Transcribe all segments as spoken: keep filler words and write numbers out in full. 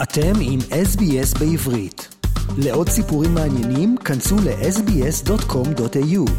אתם עם אס בי אס בעברית. לעוד סיפורים מעניינים, כנסו ל-אס בי אס דוט קום דוט איי יו.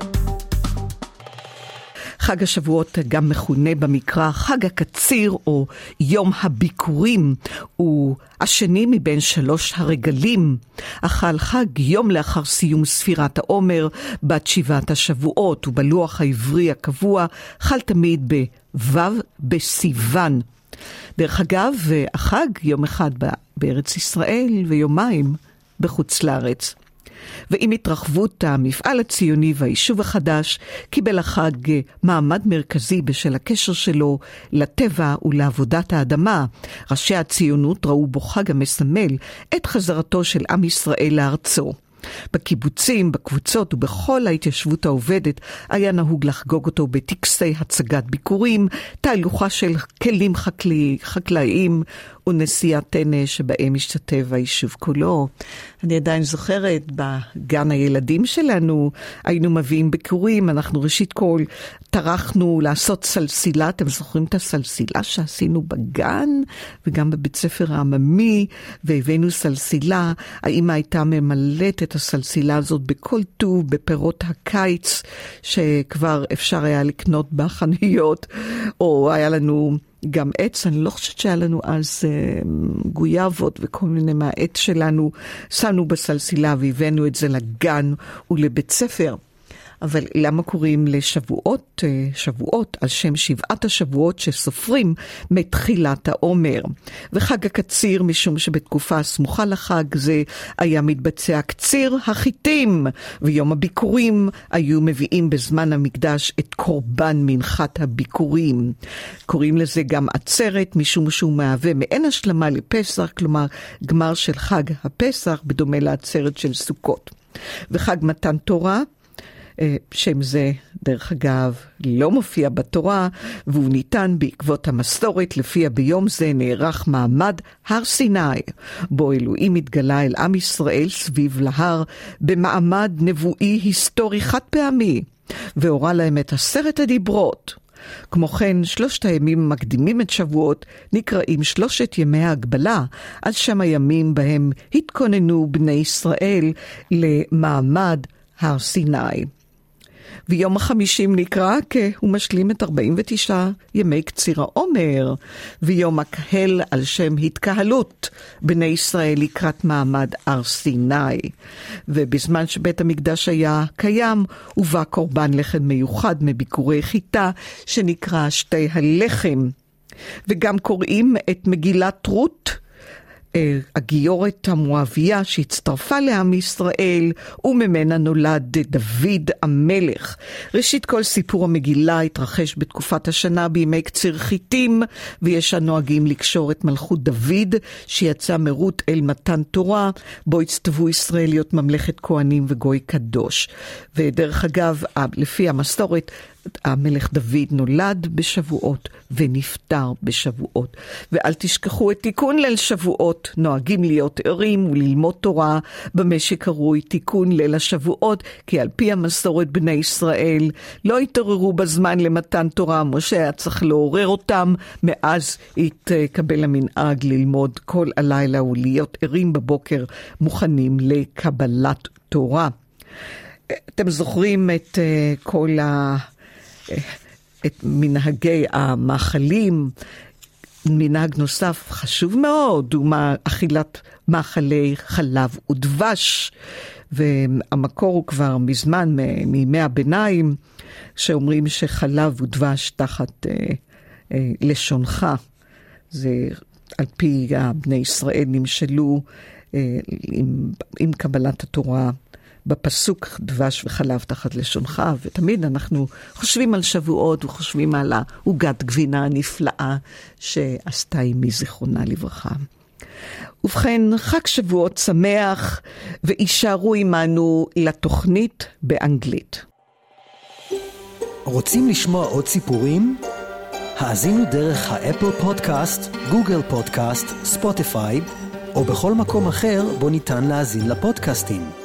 חג השבועות גם מכונה במקרא חג הקציר או יום הביקורים, הוא השני מבין שלוש הרגלים. החל חג יום לאחר סיום ספירת העומר בת שבעת השבועות, ובלוח העברי הקבוע חל תמיד בו' בסיוון. דרך אגב, החג יום אחד בארץ ישראל ויומיים בחוץ לארץ. ועם התרחבות המפעל הציוני והיישוב החדש, קיבל החג מעמד מרכזי בשל הקשר שלו לטבע ולעבודת האדמה. ראשי הציונות ראו בו חג המסמל את חזרתו של עם ישראל לארצו. בקיבוצים, בקבוצות ובכל ההתיישבות העובדת היה נהוג לחגוג אותו בטקסי הצגת ביקורים, תהלוכה של כלים חקלאי, חקלאיים ונסיעת טנא שבהם השתתף היישוב כולו. אני עדיין זוכרת, בגן הילדים שלנו היינו מביאים ביקורים, אנחנו ראשית כל טרחנו לעשות סלסילה, אתם זוכרים את הסלסילה שעשינו בגן וגם בבית ספר העממי, והבאנו סלסילה, האמא הייתה ממלאת את הסלסילה הזאת בכל טוב, בפירות הקיץ שכבר אפשר היה לקנות בחנויות, או היה לנו גם עץ, אני לא חושבת שהיה לנו אז אה, גויאבות וכל מיני מהעץ שלנו, שמנו בסלסילה והבאנו את זה לגן ולבית ספר. אבל למה קוראים לשבועות, שבועות, על שם שבעת השבועות שסופרים מתחילת העומר? וחג הקציר, משום שבתקופה הסמוכה לחג זה היה מתבצע קציר החיטים, ויום הביקורים היו מביאים בזמן המקדש את קורבן מנחת הביקורים. קוראים לזה גם עצרת, משום שהוא מהווה מעין השלמה לפסח, כלומר גמר של חג הפסח, בדומה לעצרת של סוכות. וחג מתן תורה, שם זה דרך אגב לא מופיע בתורה, והוא ניתן בעקבות המסורת לפיה ביום זה נערך מעמד הר סיני, בו אלוהים התגלה אל עם ישראל סביב להר במעמד נבואי היסטורי חד פעמי, והורה להם את עשרת הדיברות. כמו כן, שלושת הימים המקדימים את שבועות נקראים שלושת ימי ההגבלה, על שם הימים בהם התכוננו בני ישראל למעמד הר סיני. ויום החמישים נקרא כי הוא משלים את ארבעים ותשעה ימי קציר העומר, ויום הקהל על שם התקהלות בני ישראל לקראת מעמד הר סיני. ובזמן שבית המקדש היה קיים, הובא קורבן לחם מיוחד מביקורי חיטה שנקרא שתי הלחם. וגם קוראים את מגילת רות, הגיורת המואביה שהצטרפה לעם ישראל, וממנה נולד דוד המלך. ראשית כל, סיפור המגילה התרחש בתקופת השנה בימי קציר חיטים, ויש הנוהגים לקשור את מלכות דוד שיצא מרות אל מתן תורה, בו הצטוו ישראל להיות ממלכת כהנים וגוי קדוש. ודרך אגב, לפי המסורת, המלך דוד נולד בשבועות ונפטר בשבועות. ואל תשכחו את תיקון ליל שבועות, נוהגים להיות ערים וללמוד תורה במה שקרוי תיקון ליל השבועות, כי על פי המסורת בני ישראל לא התעוררו בזמן למתן תורה, משה היה צריך לעורר אותם, מאז התקבל המנהג ללמוד כל הלילה ולהיות ערים בבוקר מוכנים לקבלת תורה. אתם זוכרים את uh, כל ה... את מנהגי המאכלים. מנהג נוסף חשוב מאוד הוא אכילת מאכלי חלב ודבש, והמקור הוא כבר מזמן מימי הביניים, שאומרים שחלב ודבש תחת אה, אה, לשונך. זה על פי בני ישראל נמשלו אה, עם, עם קבלת התורה בפסוק דבש וחלב תחת לשונך. ותמיד אנחנו חושבים על שבועות וחושבים על העוגת גבינה הנפלאה שעשתה אמי זיכרונה לברכה. ובכן, חג שבועות שמח, וישארו עמנו לתוכנית באנגלית. רוצים לשמוע עוד סיפורים? האזינו דרך האפל פודקאסט, גוגל פודקאסט, ספוטיפיי, או בכל מקום אחר בו ניתן להאזין לפודקאסטים.